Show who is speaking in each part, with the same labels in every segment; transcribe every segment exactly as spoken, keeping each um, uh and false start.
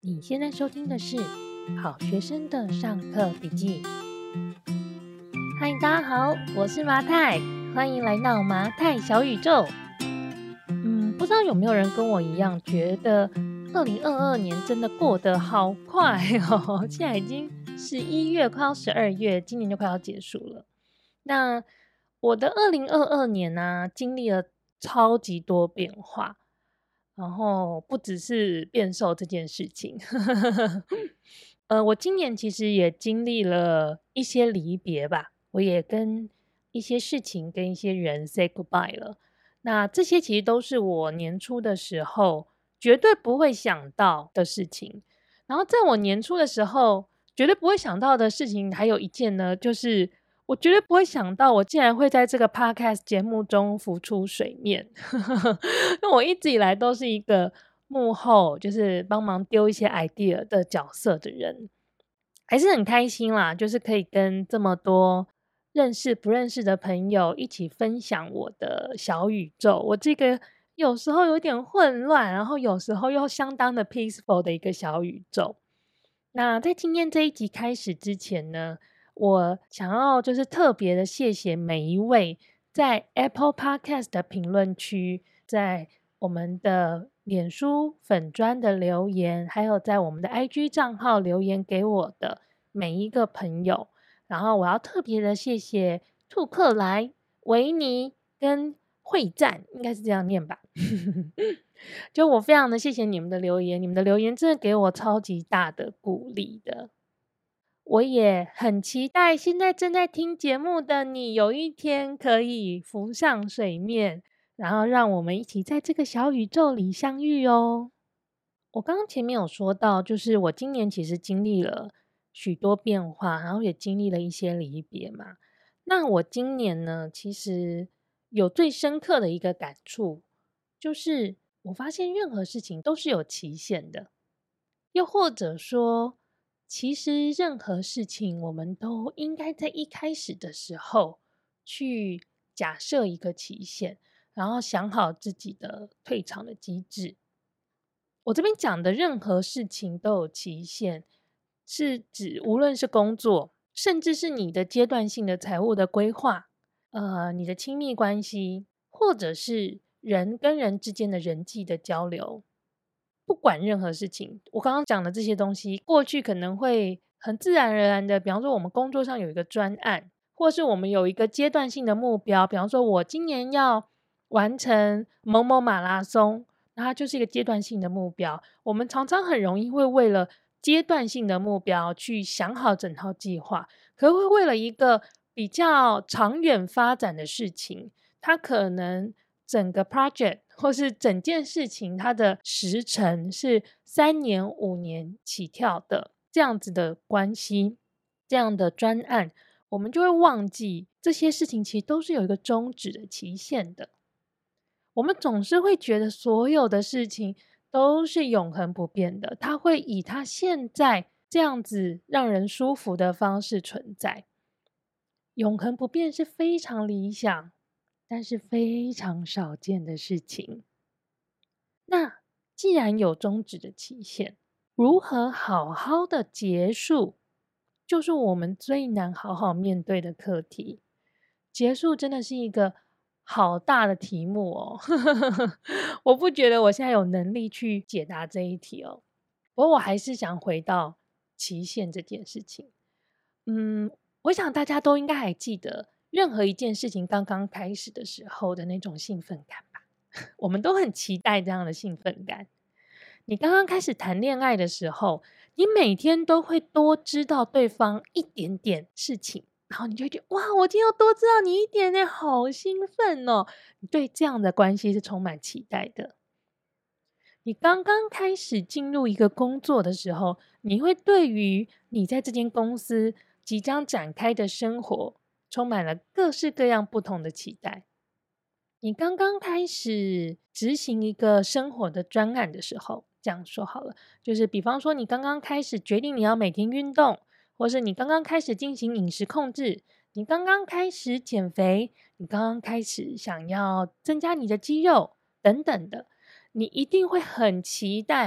Speaker 1: 你现在收听的是好学生的上课笔记。嗨，大家好，我是麻太，欢迎来到麻太小宇宙。嗯，不知道有没有人跟我一样觉得二零二二年真的过得好快哦，现在已经十一月快要十二月，今年就快要结束了。那我的二零二二年啊，经历了超级多变化，然后不只是变瘦这件事情呃，我今年其实也经历了一些离别吧，我也跟一些事情跟一些人 say goodbye 了。那这些其实都是我年初的时候绝对不会想到的事情。然后在我年初的时候绝对不会想到的事情还有一件呢，就是我绝对不会想到我竟然会在这个 podcast 节目中浮出水面。因为我一直以来都是一个幕后就是帮忙丢一些 idea 的角色的人，还是很开心啦，就是可以跟这么多认识不认识的朋友一起分享我的小宇宙，我这个有时候有点混乱，然后有时候又相当的 peaceful 的一个小宇宙。那在今天这一集开始之前呢，我想要就是特别的谢谢每一位在 Apple Podcast 的评论区，在我们的脸书粉专的留言，还有在我们的 I G 账号留言给我的每一个朋友。然后我要特别的谢谢兔克莱、维尼跟会战，应该是这样念吧。就我非常的谢谢你们的留言，你们的留言真的给我超级大的鼓励的。我也很期待现在正在听节目的你有一天可以浮上水面，然后让我们一起在这个小宇宙里相遇哦。我刚刚前面有说到，就是我今年其实经历了许多变化，然后也经历了一些离别嘛。那我今年呢，其实有最深刻的一个感触，就是我发现任何事情都是有期限的，又或者说，其实任何事情我们都应该在一开始的时候去假设一个期限，然后想好自己的退场的机制。我这边讲的任何事情都有期限，是指无论是工作，甚至是你的阶段性的财务的规划，呃，你的亲密关系，或者是人跟人之间的人际的交流。不管任何事情，我刚刚讲的这些东西，过去可能会很自然而然的，比方说我们工作上有一个专案，或是我们有一个阶段性的目标，比方说我今年要完成某某马拉松，那它就是一个阶段性的目标。我们常常很容易会为了阶段性的目标去想好整套计划，可会为了一个比较长远发展的事情，它可能整个 project 或是整件事情它的时程是三年五年起跳的这样子的关系，这样的专案，我们就会忘记这些事情其实都是有一个终止的期限的。我们总是会觉得所有的事情都是永恒不变的，它会以它现在这样子让人舒服的方式存在。永恒不变是非常理想，但是非常少见的事情。那既然有终止的期限，如何好好的结束，就是我们最难好好面对的课题。结束真的是一个好大的题目哦，我不觉得我现在有能力去解答这一题哦。不过我还是想回到期限这件事情。嗯，我想大家都应该还记得，任何一件事情刚刚开始的时候的那种兴奋感吧？我们都很期待这样的兴奋感。你刚刚开始谈恋爱的时候，你每天都会多知道对方一点点事情，然后你就会觉得哇，我今天又多知道你一点点，好兴奋哦！你对这样的关系是充满期待的。你刚刚开始进入一个工作的时候，你会对于你在这间公司即将展开的生活充满了各式各样不同的期待。你刚刚开始执行一个生活的专案的时候，这样说好了，就是比方说你刚刚开始决定你要每天运动，或是你刚刚开始进行饮食控制，你刚刚开始减肥，你刚刚开始想要增加你的肌肉等等的，你一定会很期待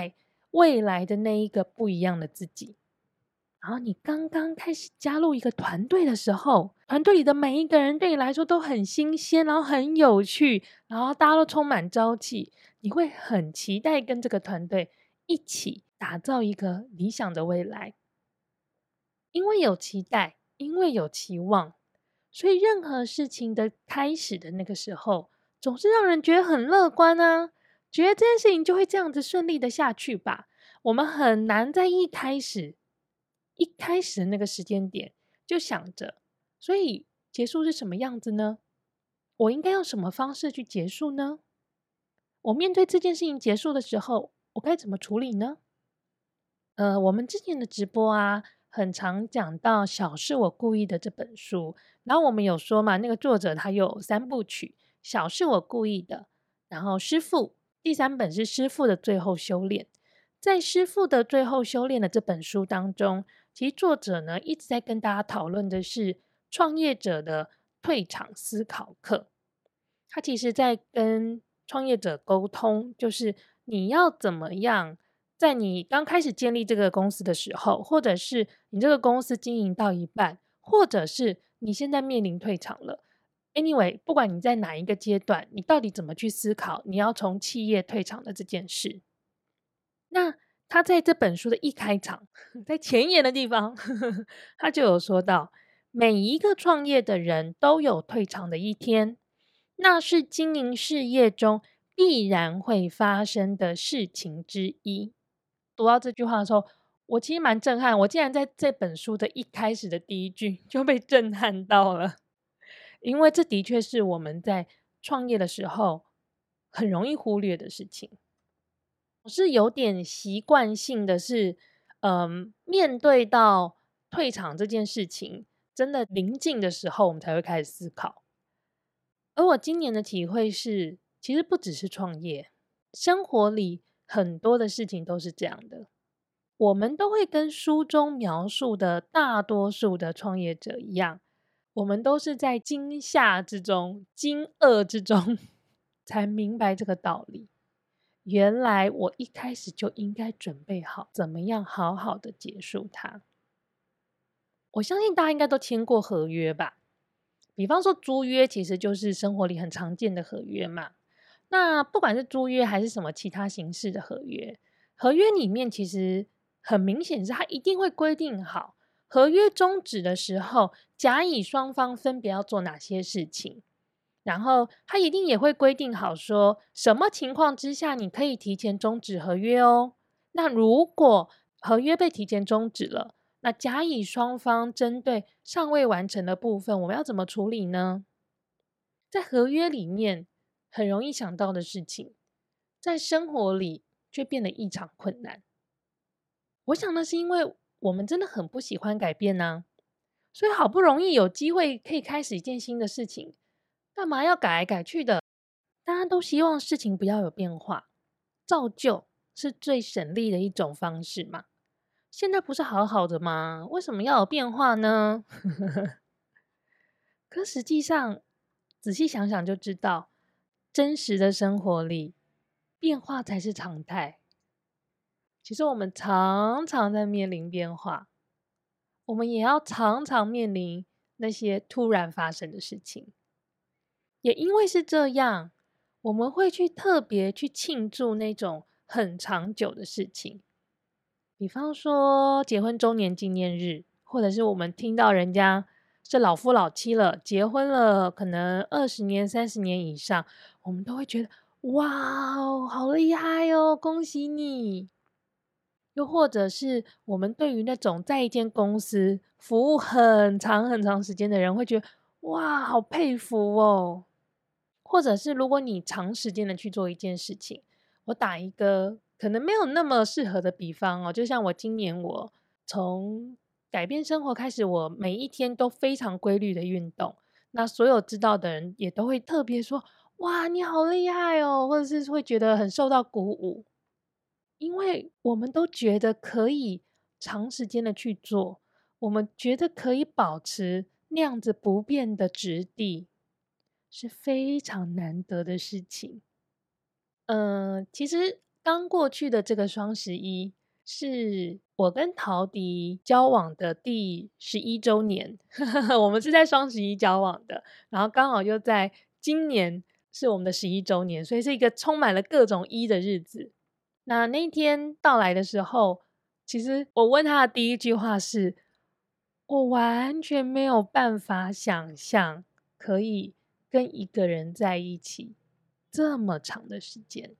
Speaker 1: 未来的那一个不一样的自己。然后你刚刚开始加入一个团队的时候，团队里的每一个人对你来说都很新鲜，然后很有趣，然后大家都充满朝气，你会很期待跟这个团队一起打造一个理想的未来。因为有期待，因为有期望，所以任何事情的开始的那个时候，总是让人觉得很乐观啊，觉得这件事情就会这样子顺利的下去吧。我们很难在一开始一开始的那个时间点就想着，所以结束是什么样子呢？我应该用什么方式去结束呢？我面对这件事情结束的时候，我该怎么处理呢？呃，我们之前的直播啊，很常讲到《小是我故意的》这本书，然后我们有说嘛，那个作者他有三部曲，《小是我故意的》，然后《师父》，第三本是《师父的最后修炼》。在《师父的最后修炼》的这本书当中，其实作者呢一直在跟大家讨论的是创业者的退场思考课。他其实在跟创业者沟通，就是你要怎么样在你刚开始建立这个公司的时候，或者是你这个公司经营到一半，或者是你现在面临退场了。Anyway，不管你在哪一个阶段，你到底怎么去思考你要从企业退场的这件事。那他在这本书的一开场，在前言的地方，他就有说到，每一个创业的人都有退场的一天，那是经营事业中必然会发生的事情之一。读到这句话的时候，我其实蛮震撼，我竟然在这本书的一开始的第一句就被震撼到了，因为这的确是我们在创业的时候很容易忽略的事情。我是有点习惯性的是，嗯，面对到退场这件事情真的临近的时候，我们才会开始思考。而我今年的体会是，其实不只是创业，生活里很多的事情都是这样的。我们都会跟书中描述的大多数的创业者一样，我们都是在惊吓之中、惊愕之中才明白这个道理。原来我一开始就应该准备好怎么样好好的结束它。我相信大家应该都签过合约吧，比方说租约其实就是生活里很常见的合约嘛。那不管是租约还是什么其他形式的合约，合约里面其实很明显是它一定会规定好合约终止的时候，甲乙双方分别要做哪些事情，然后他一定也会规定好说什么情况之下你可以提前终止合约哦。那如果合约被提前终止了，那甲乙双方针对尚未完成的部分，我们要怎么处理呢？在合约里面很容易想到的事情，在生活里却变得异常困难。我想那是因为我们真的很不喜欢改变啊，所以好不容易有机会可以开始一件新的事情，干嘛要改来改去的？大家都希望事情不要有变化，照旧是最省力的一种方式嘛。现在不是好好的吗？为什么要有变化呢？可实际上，仔细想想就知道，真实的生活里，变化才是常态。其实我们常常在面临变化，我们也要常常面临那些突然发生的事情。也因为是这样，我们会去特别去庆祝那种很长久的事情，比方说结婚周年纪念日，或者是我们听到人家是老夫老妻了，结婚了可能二十年、三十年以上，我们都会觉得哇哦，好厉害哦，恭喜你！又或者是我们对于那种在一间公司服务很长很长时间的人，会觉得哇，好佩服哦。或者是如果你长时间的去做一件事情，我打一个可能没有那么适合的比方哦，就像我今年我从改变生活开始，我每一天都非常规律的运动，那所有知道的人也都会特别说，哇，你好厉害哦，或者是会觉得很受到鼓舞，因为我们都觉得可以长时间的去做，我们觉得可以保持那样子不变的质地，是非常难得的事情。嗯，其实刚过去的这个双十一是我跟陶迪交往的第十一周年我们是在双十一交往的，然后刚好又在今年是我们的十一周年，所以是一个充满了各种一的日子。那那一天到来的时候，其实我问他的第一句话是，我完全没有办法想象可以跟一个人在一起这么长的时间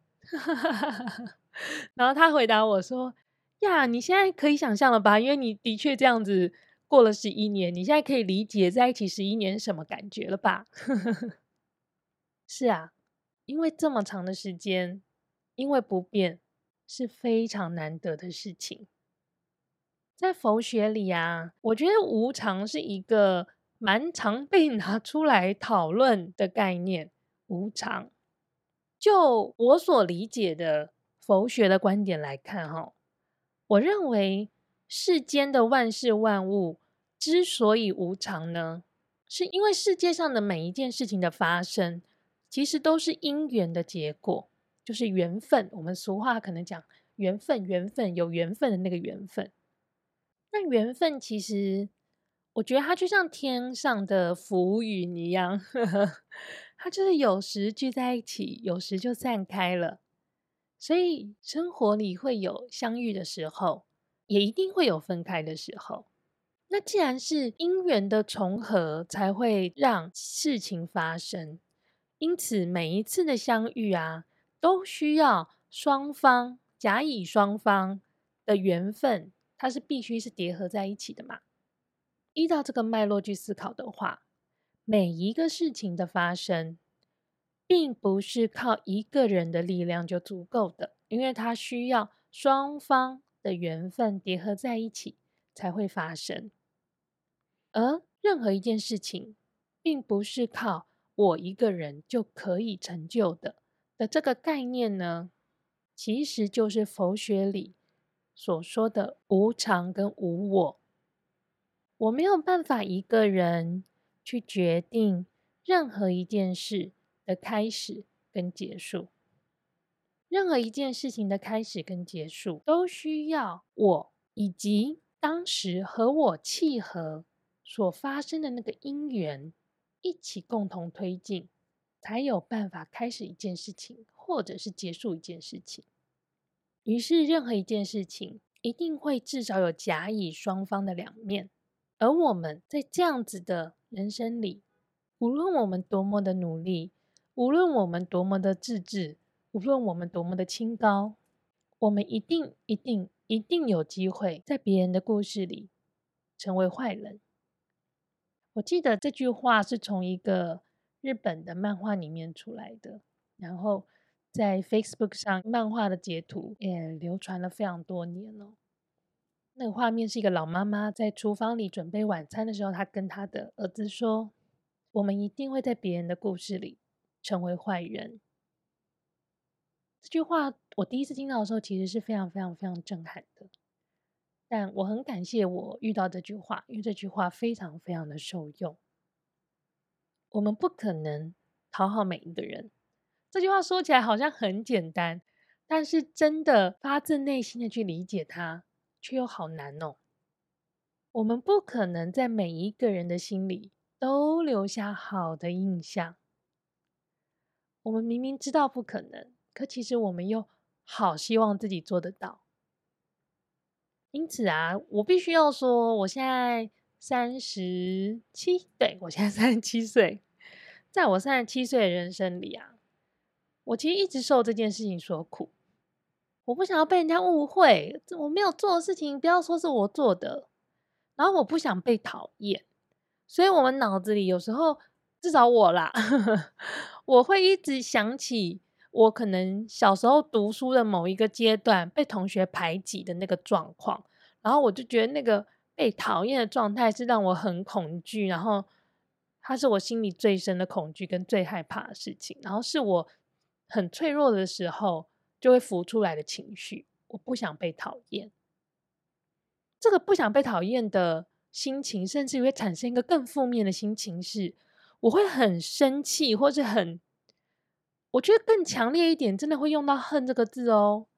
Speaker 1: 然后他回答我说，呀，你现在可以想象了吧，因为你的确这样子过了十一年，你现在可以理解在一起十一年是什么感觉了吧是啊，因为这么长的时间，因为不变是非常难得的事情。在佛学里啊，我觉得无常是一个蛮常被拿出来讨论的概念。无常，就我所理解的佛学的观点来看齁，我认为世间的万事万物之所以无常呢，是因为世界上的每一件事情的发生，其实都是因缘的结果，就是缘分。我们俗话可能讲缘分，缘分，有缘分的那个缘分。那缘分其实我觉得它就像天上的浮云一样它就是有时聚在一起，有时就散开了。所以生活里会有相遇的时候，也一定会有分开的时候。那既然是因缘的重合才会让事情发生，因此每一次的相遇啊，都需要双方甲乙双方的缘分，它是必须是叠合在一起的嘛。依照这个脉络去思考的话，每一个事情的发生并不是靠一个人的力量就足够的，因为它需要双方的缘分叠合在一起才会发生。而任何一件事情并不是靠我一个人就可以成就的的这个概念呢，其实就是佛学里所说的无常跟无我。我没有办法一个人去决定任何一件事的开始跟结束，任何一件事情的开始跟结束都需要我以及当时和我契合所发生的那个因缘一起共同推进，才有办法开始一件事情或者是结束一件事情。于是任何一件事情一定会至少有甲乙双方的两面，而我们在这样子的人生里，无论我们多么的努力，无论我们多么的自制，无论我们多么的清高，我们一定一定一定有机会在别人的故事里成为坏人。我记得这句话是从一个日本的漫画里面出来的，然后在 Facebook 上漫画的截图也流传了非常多年了。那个画面是一个老妈妈在厨房里准备晚餐的时候，她跟她的儿子说，我们一定会在别人的故事里成为坏人。这句话我第一次听到的时候其实是非常非常非常震撼的，但我很感谢我遇到这句话，因为这句话非常非常的受用。我们不可能讨好每一个人，这句话说起来好像很简单，但是真的发自内心的去理解它却又好难哦。我们不可能在每一个人的心里都留下好的印象，我们明明知道不可能，可其实我们又好希望自己做得到。因此啊，我必须要说，我现在三十七，对，我现在三十七岁，在我三十七岁的人生里啊，我其实一直受这件事情所苦。我不想要被人家误会，我没有做的事情不要说是我做的，然后我不想被讨厌，所以我们脑子里有时候，至少我啦我会一直想起我可能小时候读书的某一个阶段被同学排挤的那个状况，然后我就觉得那个被讨厌的状态是让我很恐惧，然后它是我心里最深的恐惧跟最害怕的事情，然后是我很脆弱的时候就会浮出来的情绪，我不想被讨厌。这个不想被讨厌的心情，甚至会产生一个更负面的心情是，我会很生气，或是很，我觉得更强烈一点，真的会用到恨这个字哦。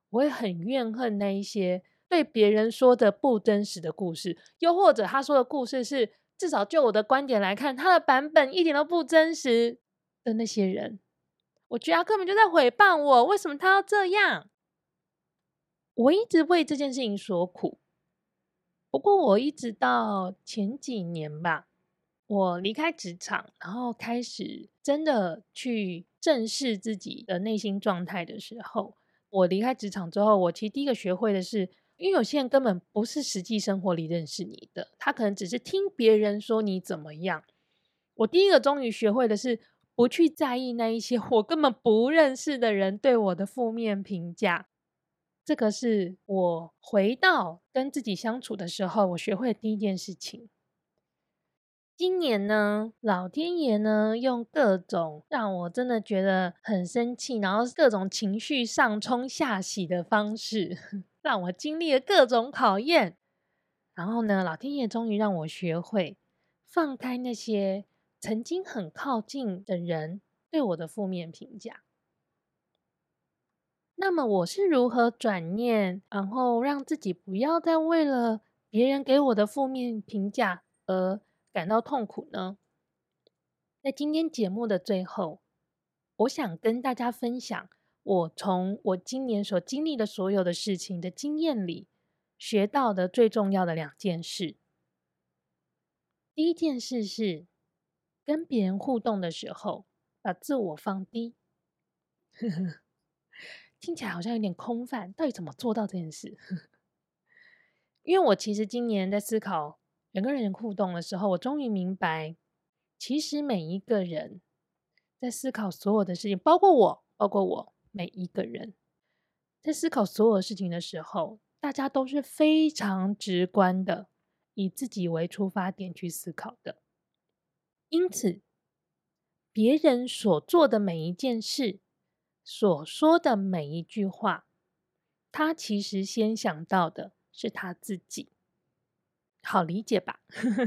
Speaker 1: 我会很怨恨那一些对别人说的不真实的故事，又或者他说的故事是至少就我的观点来看，他的版本一点都不真实的那些人。我觉得他根本就在诽谤我，为什么他要这样？我一直为这件事情所苦。不过我一直到前几年吧，我离开职场，然后开始真的去正视自己的内心状态的时候，我离开职场之后，我其实第一个学会的是，因为有些人根本不是实际生活里认识你的，他可能只是听别人说你怎么样。我第一个终于学会的是，不去在意那一些我根本不认识的人对我的负面评价。这个是我回到跟自己相处的时候，我学会的第一件事情。今年呢，老天爷呢，用各种让我真的觉得很生气，然后各种情绪上冲下洗的方式，让我经历了各种考验。然后呢，老天爷终于让我学会放开那些曾经很靠近的人对我的负面评价。那么我是如何转念，然后让自己不要再为了别人给我的负面评价而感到痛苦呢？在今天节目的最后，我想跟大家分享我从我今年所经历的所有的事情的经验里学到的最重要的两件事。第一件事是跟别人互动的时候，把自我放低。听起来好像有点空泛，到底怎么做到这件事？因为我其实今年在思考人跟人互动的时候，我终于明白，其实每一个人在思考所有的事情，包括我，包括我，每一个人在思考所有事情的时候，大家都是非常直观的，以自己为出发点去思考的。因此，别人所做的每一件事，所说的每一句话，他其实先想到的是他自己。好理解吧？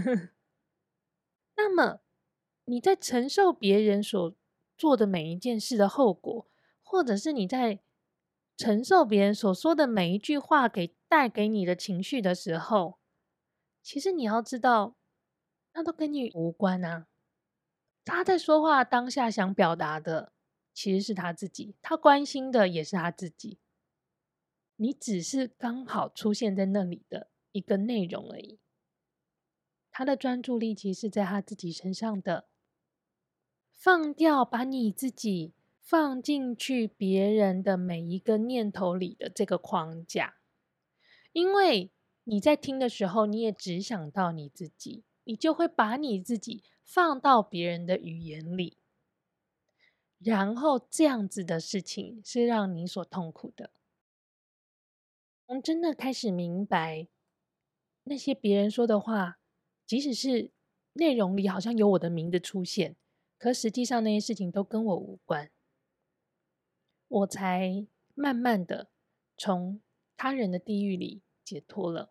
Speaker 1: 那么你在承受别人所做的每一件事的后果，或者是你在承受别人所说的每一句话给带给你的情绪的时候，其实你要知道，那都跟你无关啊。他在说话当下想表达的，其实是他自己，他关心的也是他自己。你只是刚好出现在那里的一个内容而已。他的专注力其实是在他自己身上的。放掉把你自己放进去别人的每一个念头里的这个框架，因为你在听的时候，你也只想到你自己，你就会把你自己放到别人的语言里，然后这样子的事情是让你所痛苦的。我们真的开始明白，那些别人说的话，即使是内容里好像有我的名字出现，可实际上那些事情都跟我无关。我才慢慢的从他人的地狱里解脱了。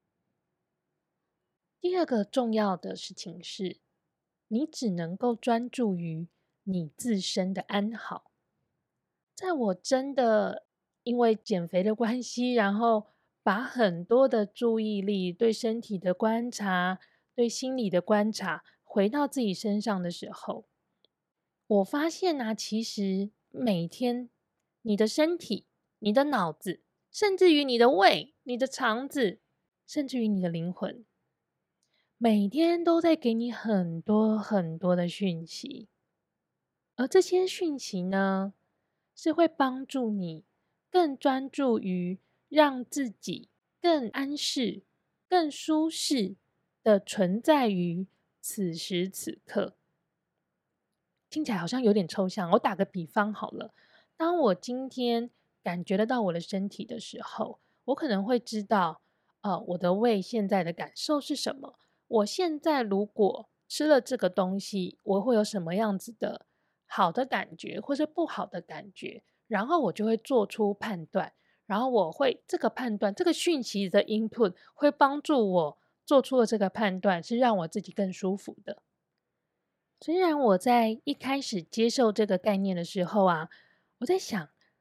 Speaker 1: 第二个重要的事情是，你只能够专注于你自身的安好。在我真的因为减肥的关系，然后把很多的注意力对身体的观察、对心理的观察回到自己身上的时候，我发现啊，其实每天你的身体、你的脑子，甚至于你的胃、你的肠子，甚至于你的灵魂，每天都在给你很多很多的讯息。而这些讯息呢，是会帮助你更专注于让自己更安适、更舒适的存在于此时此刻。听起来好像有点抽象，我打个比方好了。当我今天感觉得到我的身体的时候，我可能会知道，呃，我的胃现在的感受是什么。我现在如果吃了这个东西，我会有什么样子的好的感觉，或是不好的感觉，然后我就会做出判断，然后我会这个判断，这个讯息的 input 会帮助我做出了这个判断，是让我自己更舒服的。虽然我在一开始接受这个概念的时候啊，我在想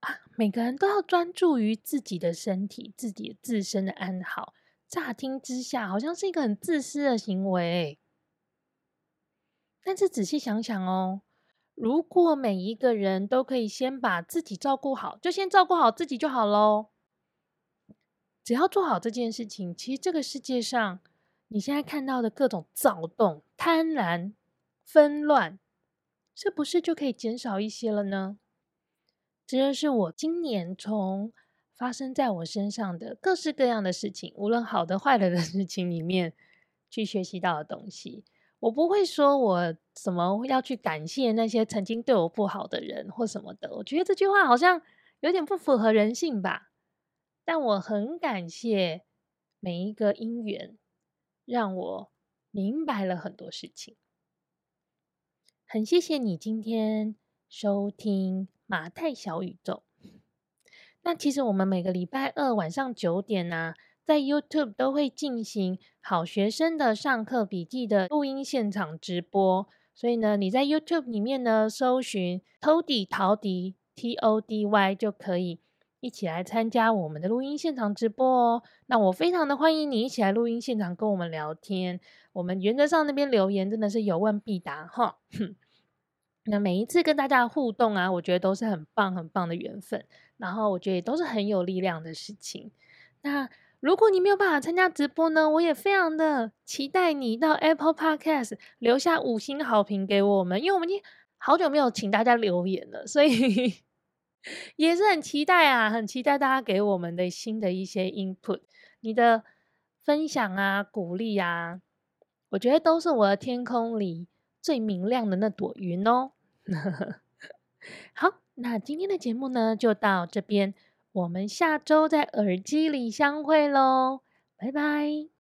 Speaker 1: 每个人都要专注于自己的身体，自己自身的安好。乍听之下，好像是一个很自私的行为。但是仔细想想哦，如果每一个人都可以先把自己照顾好，就先照顾好自己就好咯。只要做好这件事情，其实这个世界上，你现在看到的各种躁动、贪婪、纷乱，是不是就可以减少一些了呢？这就是我今年从发生在我身上的各式各样的事情，无论好的坏的的事情里面去学习到的东西。我不会说我什么要去感谢那些曾经对我不好的人或什么的，我觉得这句话好像有点不符合人性吧。但我很感谢每一个因缘，让我明白了很多事情。很谢谢你今天收听马太小宇宙。那其实我们每个礼拜二晚上九点呢、在 YouTube 都会进行好学生的上课笔记的录音现场直播。所以呢，你在 YouTube 里面呢搜寻 Tody 陶迪 T O D Y 就可以一起来参加我们的录音现场直播哦。那我非常的欢迎你一起来录音现场跟我们聊天。我们原则上那边留言真的是有问必答哈。那每一次跟大家的互动啊，我觉得都是很棒很棒的缘分，然后我觉得也都是很有力量的事情。那如果你没有办法参加直播呢，我也非常的期待你到 Apple Podcast 留下五星好评给我们，因为我们已经好久没有请大家留言了，所以也是很期待啊，很期待大家给我们的新的一些 input，你的分享啊、鼓励啊，我觉得都是我的天空里最明亮的那朵云哦。好，那今天的节目呢就到这边，我们下周在耳机里相会咯，拜拜。